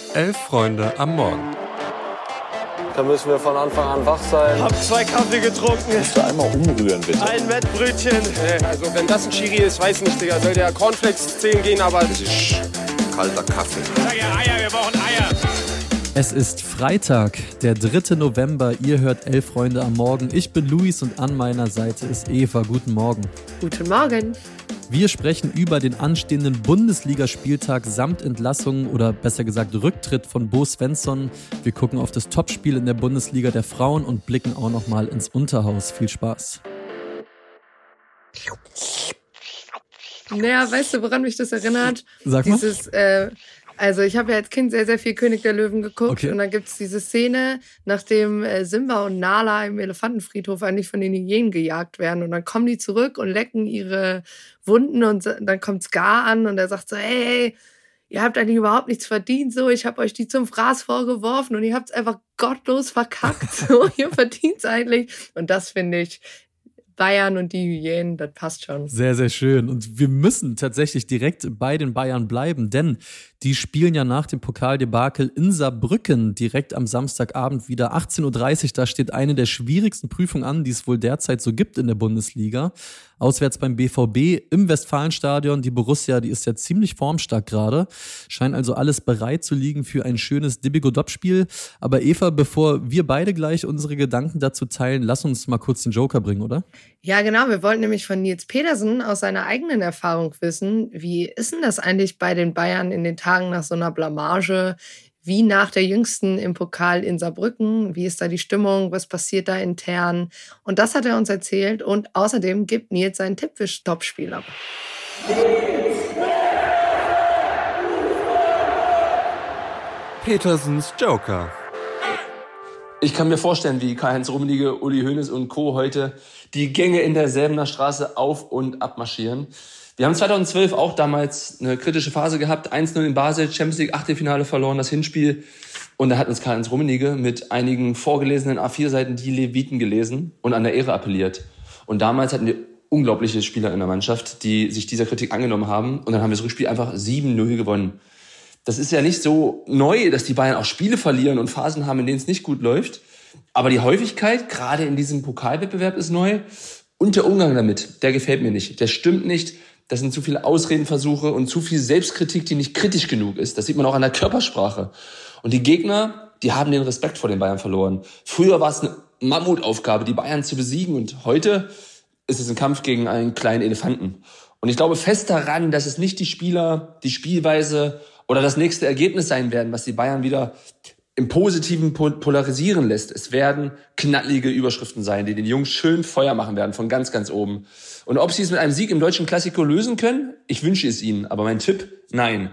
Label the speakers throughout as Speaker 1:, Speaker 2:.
Speaker 1: 11 Freunde am Morgen.
Speaker 2: Da müssen wir von Anfang an wach sein.
Speaker 3: Hab 2 Kaffee getrunken.
Speaker 4: Musst du einmal umrühren, bitte.
Speaker 3: Ein Wettbrötchen.
Speaker 5: Also wenn das ein Schiri ist, weiß nicht, Digga. Soll der Cornflakes 10 gehen, aber...
Speaker 1: Das ist kalter Kaffee.
Speaker 3: Sag ja Eier, wir brauchen Eier.
Speaker 6: Es ist Freitag, der 3. November. Ihr hört 11 Freunde am Morgen. Ich bin Luis und an meiner Seite ist Eva. Guten Morgen.
Speaker 7: Guten Morgen.
Speaker 6: Wir sprechen über den anstehenden Bundesligaspieltag samt Entlassung oder besser gesagt Rücktritt von Bo Svensson. Wir gucken auf das Topspiel in der Bundesliga der Frauen und blicken auch nochmal ins Unterhaus. Viel Spaß.
Speaker 7: Naja, weißt du, woran mich das erinnert?
Speaker 6: Sag mal.
Speaker 7: Also ich habe ja als Kind sehr, sehr viel König der Löwen geguckt.
Speaker 6: Okay.
Speaker 7: Und dann gibt es diese Szene, nachdem Simba und Nala im Elefantenfriedhof eigentlich von den Hyänen gejagt werden. Und dann kommen die zurück und lecken ihre Wunden und dann kommt Scar an und er sagt so, hey, ihr habt eigentlich überhaupt nichts verdient, so, ich habe euch die zum Fraß vorgeworfen und ihr habt es einfach gottlos verkackt, so, ihr verdient es eigentlich. Und das finde ich, Bayern und die Hyänen, das passt schon.
Speaker 6: Sehr, sehr schön. Und wir müssen tatsächlich direkt bei den Bayern bleiben, denn die spielen ja nach dem Pokaldebakel in Saarbrücken direkt am Samstagabend wieder 18:30 Uhr. Da steht eine der schwierigsten Prüfungen an, die es wohl derzeit so gibt in der Bundesliga. Auswärts beim BVB im Westfalenstadion. Die Borussia, die ist ja ziemlich formstark gerade. Scheint also alles bereit zu liegen für ein schönes Dibigo-Dop-Spiel. Aber Eva, bevor wir beide gleich unsere Gedanken dazu teilen, lass uns mal kurz den Joker bringen, oder?
Speaker 7: Ja, genau. Wir wollten nämlich von Nils Pedersen aus seiner eigenen Erfahrung wissen, wie ist denn das eigentlich bei den Bayern in den Tagen nach so einer Blamage, wie nach der jüngsten im Pokal in Saarbrücken? Wie ist da die Stimmung? Was passiert da intern? Und das hat er uns erzählt. Und außerdem gibt Nils seinen Tipp fürs Topspiel ab.
Speaker 1: Petersens Joker.
Speaker 8: Ich kann mir vorstellen, wie Karl-Heinz Rummenigge, Uli Hoeneß und Co. heute die Gänge in der Säbener Straße auf- und abmarschieren. Wir haben 2012 auch damals eine kritische Phase gehabt. 1-0 in Basel, Champions League Achtelfinale verloren, das Hinspiel. Und da hat uns Karl-Heinz Rummenigge mit einigen vorgelesenen A4-Seiten die Leviten gelesen und an der Ehre appelliert. Und damals hatten wir unglaubliche Spieler in der Mannschaft, die sich dieser Kritik angenommen haben. Und dann haben wir das Rückspiel einfach 7-0 gewonnen. Das ist ja nicht so neu, dass die Bayern auch Spiele verlieren und Phasen haben, in denen es nicht gut läuft. Aber die Häufigkeit, gerade in diesem Pokalwettbewerb, ist neu. Und der Umgang damit, der gefällt mir nicht. Der stimmt nicht. Das sind zu viele Ausredenversuche und zu viel Selbstkritik, die nicht kritisch genug ist. Das sieht man auch an der Körpersprache. Und die Gegner, die haben den Respekt vor den Bayern verloren. Früher war es eine Mammutaufgabe, die Bayern zu besiegen. Und heute ist es ein Kampf gegen einen kleinen Elefanten. Und ich glaube fest daran, dass es nicht die Spieler, die Spielweise oder das nächste Ergebnis sein werden, was die Bayern wieder im Positiven polarisieren lässt. Es werden knallige Überschriften sein, die den Jungs schön Feuer machen werden, von ganz, ganz oben. Und ob sie es mit einem Sieg im deutschen Klassiko lösen können, ich wünsche es ihnen. Aber mein Tipp, nein.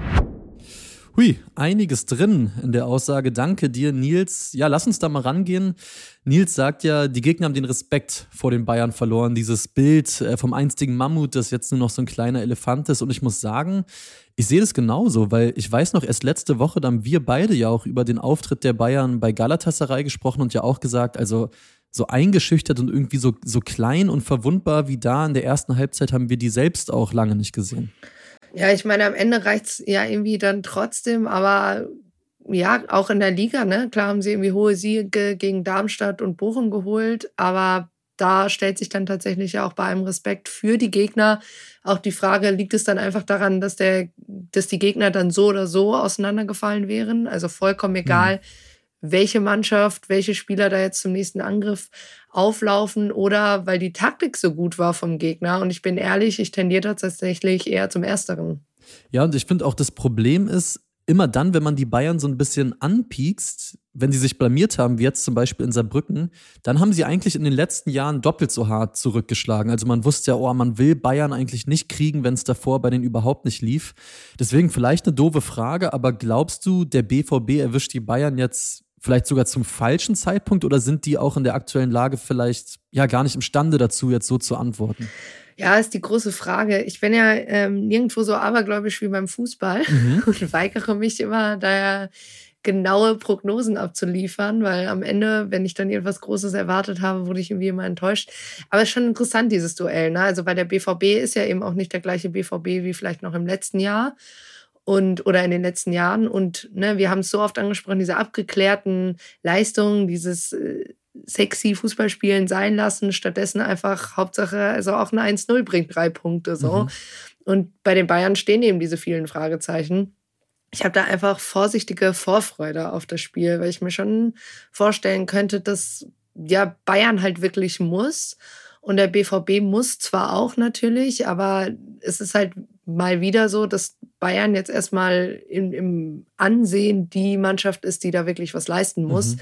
Speaker 6: Hui, einiges drin in der Aussage. Danke dir, Nils. Ja, lass uns da mal rangehen. Nils sagt ja, die Gegner haben den Respekt vor den Bayern verloren. Dieses Bild vom einstigen Mammut, das jetzt nur noch so ein kleiner Elefant ist. Und ich muss sagen, ich sehe das genauso, weil ich weiß noch, erst letzte Woche, da haben wir beide ja auch über den Auftritt der Bayern bei Galatasaray gesprochen und ja auch gesagt, also so eingeschüchtert und irgendwie so klein und verwundbar wie da in der ersten Halbzeit haben wir die selbst auch lange nicht gesehen.
Speaker 7: Ja, ich meine, am Ende reicht's ja irgendwie dann trotzdem, aber ja, auch in der Liga, ne? Klar haben sie irgendwie hohe Siege gegen Darmstadt und Bochum geholt, aber da stellt sich dann tatsächlich ja auch bei einem Respekt für die Gegner auch die Frage, liegt es dann einfach daran, dass die Gegner dann so oder so auseinandergefallen wären? Also vollkommen egal, welche Mannschaft, welche Spieler da jetzt zum nächsten Angriff auflaufen oder weil die Taktik so gut war vom Gegner. Und ich bin ehrlich, ich tendiere tatsächlich eher zum Ersteren.
Speaker 6: Ja, und ich finde auch, das Problem ist, immer dann, wenn man die Bayern so ein bisschen anpiekst, wenn sie sich blamiert haben, wie jetzt zum Beispiel in Saarbrücken, dann haben sie eigentlich in den letzten Jahren doppelt so hart zurückgeschlagen. Also man wusste ja, oh, man will Bayern eigentlich nicht kriegen, wenn es davor bei denen überhaupt nicht lief. Deswegen vielleicht eine doofe Frage, aber glaubst du, der BVB erwischt die Bayern jetzt vielleicht sogar zum falschen Zeitpunkt oder sind die auch in der aktuellen Lage vielleicht ja gar nicht imstande dazu, jetzt so zu antworten?
Speaker 7: Ja, ist die große Frage. Ich bin ja nirgendwo so abergläubisch wie beim Fußball und weigere mich immer, daher genaue Prognosen abzuliefern, weil am Ende, wenn ich dann irgendwas Großes erwartet habe, wurde ich irgendwie immer enttäuscht. Aber es ist schon interessant, dieses Duell, ne? Also bei der BVB ist ja eben auch nicht der gleiche BVB wie vielleicht noch im letzten Jahr. oder in den letzten Jahren. Und ne, wir haben es so oft angesprochen, diese abgeklärten Leistungen, dieses sexy Fußballspielen sein lassen, stattdessen einfach Hauptsache, also auch ein 1-0 bringt 3 Punkte so. Und bei den Bayern stehen eben diese vielen Fragezeichen. Ich habe da einfach vorsichtige Vorfreude auf das Spiel, weil ich mir schon vorstellen könnte, dass ja Bayern halt wirklich muss. Und der BVB muss zwar auch natürlich, aber es ist halt mal wieder so, dass Bayern jetzt erstmal im Ansehen die Mannschaft ist, die da wirklich was leisten muss.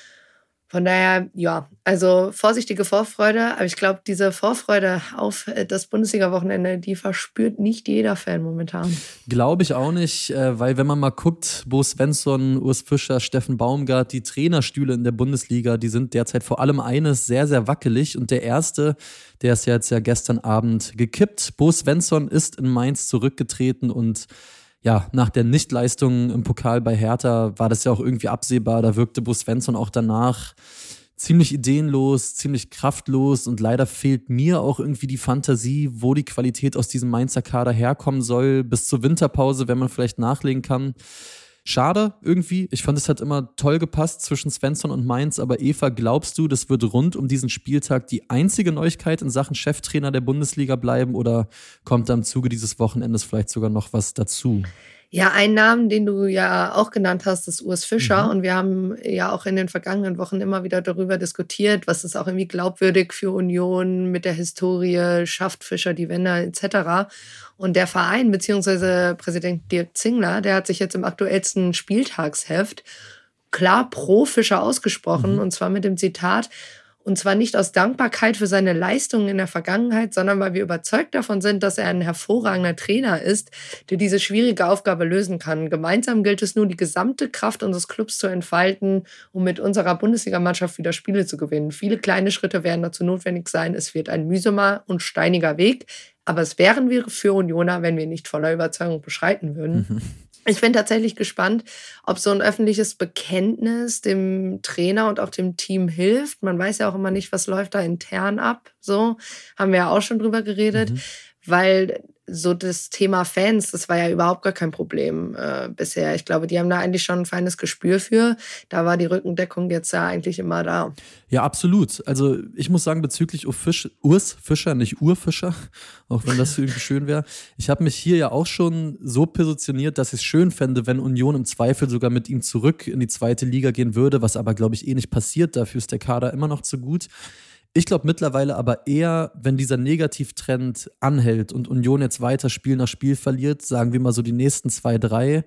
Speaker 7: Von daher, ja, also vorsichtige Vorfreude. Aber ich glaube, diese Vorfreude auf das Bundesliga-Wochenende, die verspürt nicht jeder Fan momentan.
Speaker 6: Glaube ich auch nicht, weil wenn man mal guckt, Bo Svensson, Urs Fischer, Steffen Baumgart, die Trainerstühle in der Bundesliga, die sind derzeit vor allem eines sehr, sehr wackelig. Und der erste, der ist jetzt ja gestern Abend gekippt. Bo Svensson ist in Mainz zurückgetreten und ja, nach der Nichtleistung im Pokal bei Hertha war das ja auch irgendwie absehbar. Da wirkte Bo Svensson auch danach ziemlich ideenlos, ziemlich kraftlos und leider fehlt mir auch irgendwie die Fantasie, wo die Qualität aus diesem Mainzer Kader herkommen soll, bis zur Winterpause, wenn man vielleicht nachlegen kann. Schade irgendwie. Ich fand, es hat immer toll gepasst zwischen Svensson und Mainz. Aber Eva, glaubst du, das wird rund um diesen Spieltag die einzige Neuigkeit in Sachen Cheftrainer der Bundesliga bleiben? Oder kommt da im Zuge dieses Wochenendes vielleicht sogar noch was dazu?
Speaker 7: Ja, ein Namen, den du ja auch genannt hast, ist Urs Fischer. Und wir haben ja auch in den vergangenen Wochen immer wieder darüber diskutiert, was ist auch irgendwie glaubwürdig für Union mit der Historie, schafft Fischer die Wende etc. Und der Verein bzw. Präsident Dirk Zingler, der hat sich jetzt im aktuellsten Spieltagsheft klar pro Fischer ausgesprochen. Und zwar mit dem Zitat: Und zwar nicht aus Dankbarkeit für seine Leistungen in der Vergangenheit, sondern weil wir überzeugt davon sind, dass er ein hervorragender Trainer ist, der diese schwierige Aufgabe lösen kann. Gemeinsam gilt es nun, die gesamte Kraft unseres Clubs zu entfalten, um mit unserer Bundesligamannschaft wieder Spiele zu gewinnen. Viele kleine Schritte werden dazu notwendig sein. Es wird ein mühsamer und steiniger Weg, aber es wären wir für Unioner, wenn wir nicht voller Überzeugung beschreiten würden. Ich bin tatsächlich gespannt, ob so ein öffentliches Bekenntnis dem Trainer und auch dem Team hilft. Man weiß ja auch immer nicht, was läuft da intern ab. So haben wir ja auch schon drüber geredet, weil so das Thema Fans, das war ja überhaupt gar kein Problem bisher. Ich glaube, die haben da eigentlich schon ein feines Gespür für. Da war die Rückendeckung jetzt ja eigentlich immer da.
Speaker 6: Ja, absolut. Also ich muss sagen, bezüglich Urs Fischer, nicht Urfischer, auch wenn das irgendwie schön wäre. Ich habe mich hier ja auch schon so positioniert, dass ich es schön fände, wenn Union im Zweifel sogar mit ihm zurück in die zweite Liga gehen würde, was aber, glaube ich, nicht passiert. Dafür ist der Kader immer noch zu gut. Ich glaube mittlerweile aber eher, wenn dieser Negativtrend anhält und Union jetzt weiter Spiel nach Spiel verliert, sagen wir mal so die nächsten 2, 3,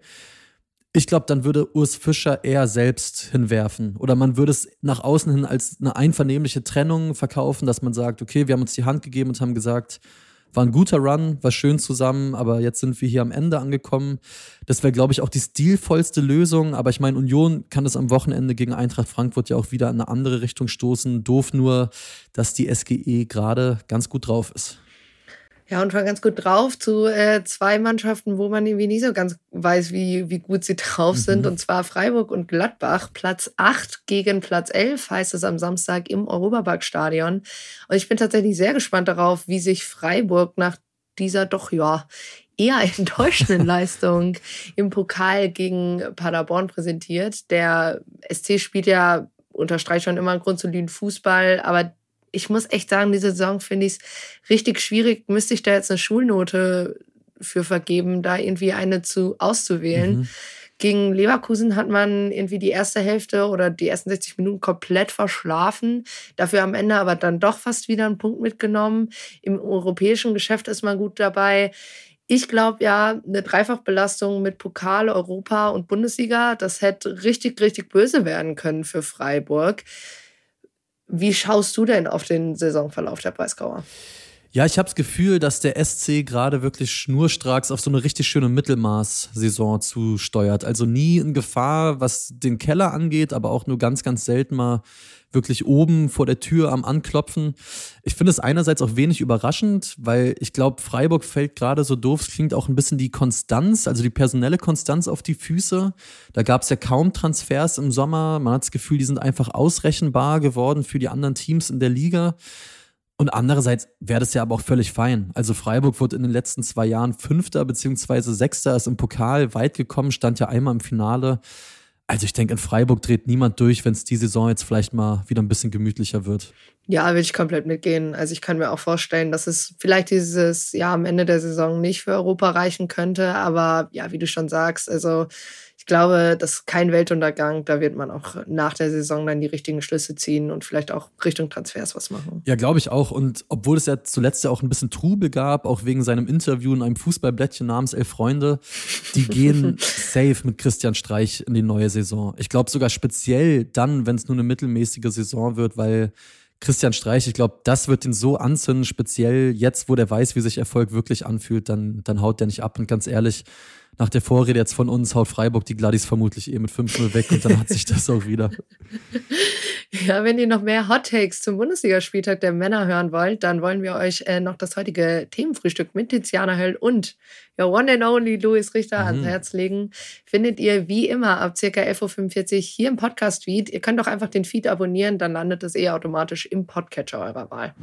Speaker 6: ich glaube, dann würde Urs Fischer eher selbst hinwerfen. Oder man würde es nach außen hin als eine einvernehmliche Trennung verkaufen, dass man sagt, okay, wir haben uns die Hand gegeben und haben gesagt, war ein guter Run, war schön zusammen, aber jetzt sind wir hier am Ende angekommen. Das wäre, glaube ich, auch die stilvollste Lösung. Aber ich meine, Union kann es am Wochenende gegen Eintracht Frankfurt ja auch wieder in eine andere Richtung stoßen. Doof nur, dass die SGE gerade ganz gut drauf ist.
Speaker 7: Ja, und war ganz gut drauf zu 2 Mannschaften, wo man irgendwie nicht so ganz weiß, wie gut sie drauf sind. Und zwar Freiburg und Gladbach. Platz 8 gegen Platz 11 heißt es am Samstag im Europaparkstadion. Und ich bin tatsächlich sehr gespannt darauf, wie sich Freiburg nach dieser doch eher enttäuschenden Leistung im Pokal gegen Paderborn präsentiert. Der SC spielt ja, unterstreicht schon immer einen grundsoliden Fußball, aber ich muss echt sagen, diese Saison finde ich es richtig schwierig. Müsste ich da jetzt eine Schulnote für vergeben, da irgendwie eine auszuwählen. Gegen Leverkusen hat man irgendwie die erste Hälfte oder die ersten 60 Minuten komplett verschlafen. Dafür am Ende aber dann doch fast wieder einen Punkt mitgenommen. Im europäischen Geschäft ist man gut dabei. Ich glaube ja, eine Dreifachbelastung mit Pokal, Europa und Bundesliga, das hätte richtig, richtig böse werden können für Freiburg. Wie schaust du denn auf den Saisonverlauf der Breisgauer?
Speaker 6: Ja, ich habe das Gefühl, dass der SC gerade wirklich schnurstracks auf so eine richtig schöne Mittelmaß-Saison zusteuert. Also nie in Gefahr, was den Keller angeht, aber auch nur ganz, ganz selten mal wirklich oben vor der Tür am Anklopfen. Ich finde es einerseits auch wenig überraschend, weil ich glaube, Freiburg fällt gerade so doof, es klingt auch ein bisschen die Konstanz, also die personelle Konstanz auf die Füße. Da gab es ja kaum Transfers im Sommer. Man hat das Gefühl, die sind einfach ausrechenbar geworden für die anderen Teams in der Liga. Und andererseits wäre das ja aber auch völlig fein. Also Freiburg wurde in den letzten 2 Jahren 5. bzw. 6. ist im Pokal weit gekommen, stand ja einmal im Finale. Also ich denke, in Freiburg dreht niemand durch, wenn es die Saison jetzt vielleicht mal wieder ein bisschen gemütlicher wird.
Speaker 7: Ja, will ich komplett mitgehen. Also ich kann mir auch vorstellen, dass es vielleicht dieses Jahr am Ende der Saison nicht für Europa reichen könnte. Aber ja, wie du schon sagst, also ich glaube, das ist kein Weltuntergang. Da wird man auch nach der Saison dann die richtigen Schlüsse ziehen und vielleicht auch Richtung Transfers was machen.
Speaker 6: Ja, glaube ich auch. Und obwohl es ja zuletzt ja auch ein bisschen Trubel gab, auch wegen seinem Interview in einem Fußballblättchen namens 11 Freunde, die gehen safe mit Christian Streich in die neue Saison. Ich glaube sogar speziell dann, wenn es nur eine mittelmäßige Saison wird, weil Christian Streich, ich glaube, das wird ihn so anzünden, speziell jetzt, wo der weiß, wie sich Erfolg wirklich anfühlt, dann haut der nicht ab. Und ganz ehrlich, nach der Vorrede jetzt von uns haut Freiburg die Gladys vermutlich mit 5-0 weg und dann hat sich das auch wieder.
Speaker 7: Ja, wenn ihr noch mehr Hot Takes zum Bundesligaspieltag der Männer hören wollt, dann wollen wir euch noch das heutige Themenfrühstück mit Tiziana Höll und your one and only Louis Richter ans Herz legen. Findet ihr wie immer ab ca. 11.45 Uhr hier im Podcast-Feed. Ihr könnt doch einfach den Feed abonnieren, dann landet es automatisch im Podcatcher eurer Wahl.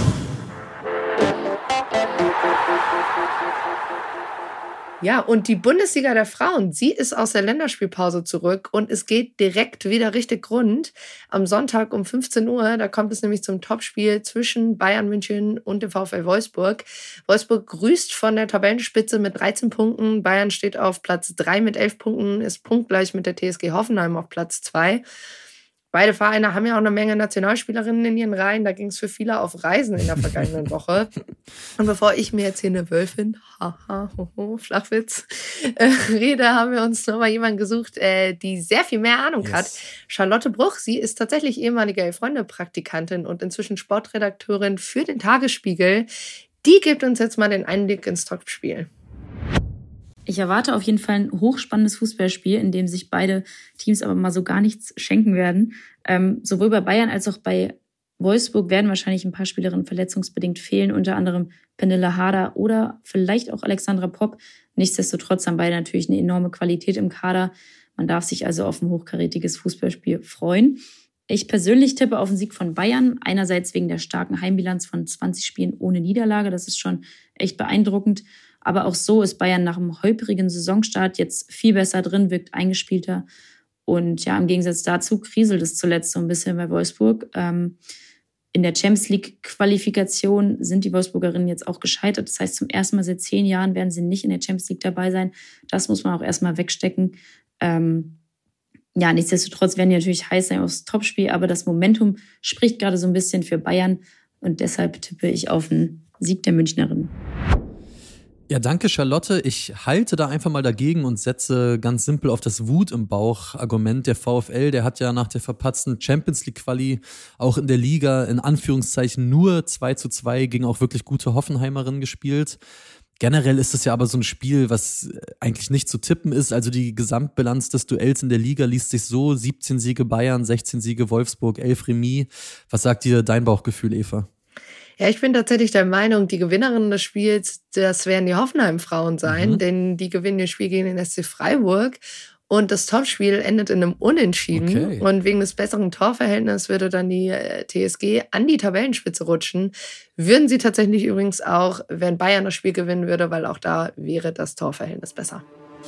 Speaker 7: Ja, und die Bundesliga der Frauen, sie ist aus der Länderspielpause zurück und es geht direkt wieder richtig rund. Am Sonntag um 15 Uhr, da kommt es nämlich zum Topspiel zwischen Bayern München und dem VfL Wolfsburg. Wolfsburg grüßt von der Tabellenspitze mit 13 Punkten. Bayern steht auf Platz 3 mit 11 Punkten, ist punktgleich mit der TSG Hoffenheim auf Platz 2. Beide Vereine haben ja auch eine Menge Nationalspielerinnen in ihren Reihen. Da ging es für viele auf Reisen in der vergangenen Woche. Und bevor ich mir jetzt hier eine Wölfin, Flachwitz, rede, haben wir uns nochmal jemanden gesucht, die sehr viel mehr Ahnung hat. Charlotte Bruch, sie ist tatsächlich ehemalige Freunde-Praktikantin und inzwischen Sportredakteurin für den Tagesspiegel. Die gibt uns jetzt mal den Einblick ins Topspiel.
Speaker 4: Ich erwarte auf jeden Fall ein hochspannendes Fußballspiel, in dem sich beide Teams aber mal so gar nichts schenken werden. Sowohl bei Bayern als auch bei Wolfsburg werden wahrscheinlich ein paar Spielerinnen verletzungsbedingt fehlen, unter anderem Pernille Harder oder vielleicht auch Alexandra Popp. Nichtsdestotrotz haben beide natürlich eine enorme Qualität im Kader. Man darf sich also auf ein hochkarätiges Fußballspiel freuen. Ich persönlich tippe auf einen Sieg von Bayern, einerseits wegen der starken Heimbilanz von 20 Spielen ohne Niederlage. Das ist schon echt beeindruckend. Aber auch so ist Bayern nach einem holprigen Saisonstart jetzt viel besser drin, wirkt eingespielter. Und ja, im Gegensatz dazu kriselt es zuletzt so ein bisschen bei Wolfsburg. In der Champions-League-Qualifikation sind die Wolfsburgerinnen jetzt auch gescheitert. Das heißt, zum ersten Mal seit 10 Jahren werden sie nicht in der Champions League dabei sein. Das muss man auch erstmal wegstecken. Ja, nichtsdestotrotz werden die natürlich heiß sein aufs Topspiel. Aber das Momentum spricht gerade so ein bisschen für Bayern. Und deshalb tippe ich auf einen Sieg der Münchnerinnen.
Speaker 6: Ja, danke Charlotte. Ich halte da einfach mal dagegen und setze ganz simpel auf das Wut im Bauch-Argument. Der VfL, der hat ja nach der verpatzten Champions-League-Quali auch in der Liga in Anführungszeichen nur 2:2 gegen auch wirklich gute Hoffenheimerinnen gespielt. Generell ist es ja aber so ein Spiel, was eigentlich nicht zu tippen ist. Also die Gesamtbilanz des Duells in der Liga liest sich so: 17 Siege Bayern, 16 Siege Wolfsburg, 11 Remis. Was sagt dir dein Bauchgefühl, Eva?
Speaker 7: Ja, ich bin tatsächlich der Meinung, die Gewinnerinnen des Spiels, das werden die Hoffenheim-Frauen sein, denn die gewinnen das Spiel gegen den SC Freiburg und das Topspiel endet in einem Unentschieden.
Speaker 6: Okay.
Speaker 7: Und wegen des besseren Torverhältnisses würde dann die TSG an die Tabellenspitze rutschen. Würden sie tatsächlich übrigens auch, wenn Bayern das Spiel gewinnen würde, weil auch da wäre das Torverhältnis besser.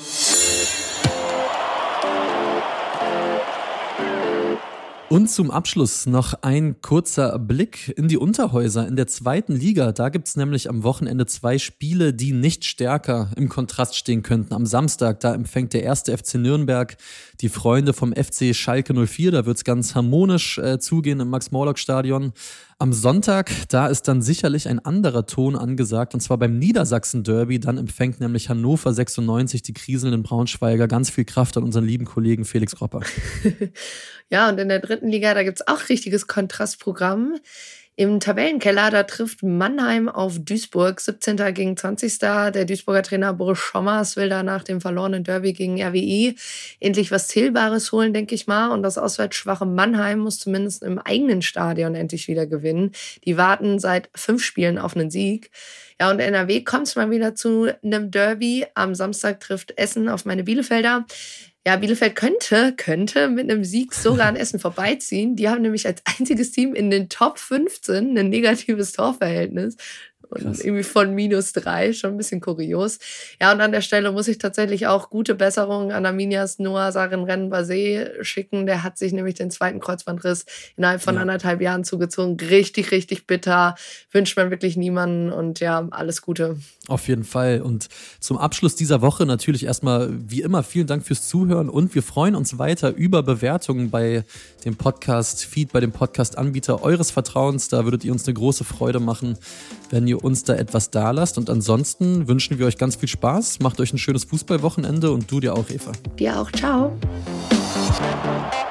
Speaker 6: Und zum Abschluss noch ein kurzer Blick in die Unterhäuser in der 2. Liga. Da gibt's nämlich am Wochenende 2 Spiele, die nicht stärker im Kontrast stehen könnten. Am Samstag, da empfängt der 1. FC Nürnberg die Freunde vom FC Schalke 04. Da wird's ganz harmonisch zugehen im Max-Morlock-Stadion. Am Sonntag, da ist dann sicherlich ein anderer Ton angesagt, und zwar beim Niedersachsen-Derby. Dann empfängt nämlich Hannover 96 die kriselnden Braunschweiger. Ganz viel Kraft an unseren lieben Kollegen Felix Kropper.
Speaker 7: Ja, und in der 3. Liga, da gibt's auch richtiges Kontrastprogramm. Im Tabellenkeller, da trifft Mannheim auf Duisburg, 17. gegen 20. Der Duisburger Trainer Boris Schommers will da nach dem verlorenen Derby gegen RWE endlich was Zählbares holen, denke ich mal. Und das auswärts schwache Mannheim muss zumindest im eigenen Stadion endlich wieder gewinnen. Die warten seit 5 Spielen auf einen Sieg. Ja, und NRW kommt mal wieder zu einem Derby. Am Samstag trifft Essen auf meine Bielefelder. Ja, Bielefeld könnte mit einem Sieg sogar an Essen vorbeiziehen. Die haben nämlich als einziges Team in den Top 15 ein negatives Torverhältnis. Und krass. Irgendwie von -3, schon ein bisschen kurios. Ja, und an der Stelle muss ich tatsächlich auch gute Besserung an Arminias Noah Sarin-Renbase schicken. Der hat sich nämlich den zweiten Kreuzbandriss innerhalb von 1,5 Jahren zugezogen. Richtig, richtig bitter. Wünscht man wirklich niemanden und ja, alles Gute.
Speaker 6: Auf jeden Fall. Und zum Abschluss dieser Woche natürlich erstmal wie immer vielen Dank fürs Zuhören und wir freuen uns weiter über Bewertungen bei dem Podcast-Feed, bei dem Podcast-Anbieter eures Vertrauens. Da würdet ihr uns eine große Freude machen, wenn ihr uns da etwas dalasst. Und ansonsten wünschen wir euch ganz viel Spaß. Macht euch ein schönes Fußballwochenende und du dir auch, Eva.
Speaker 7: Dir auch. Ciao.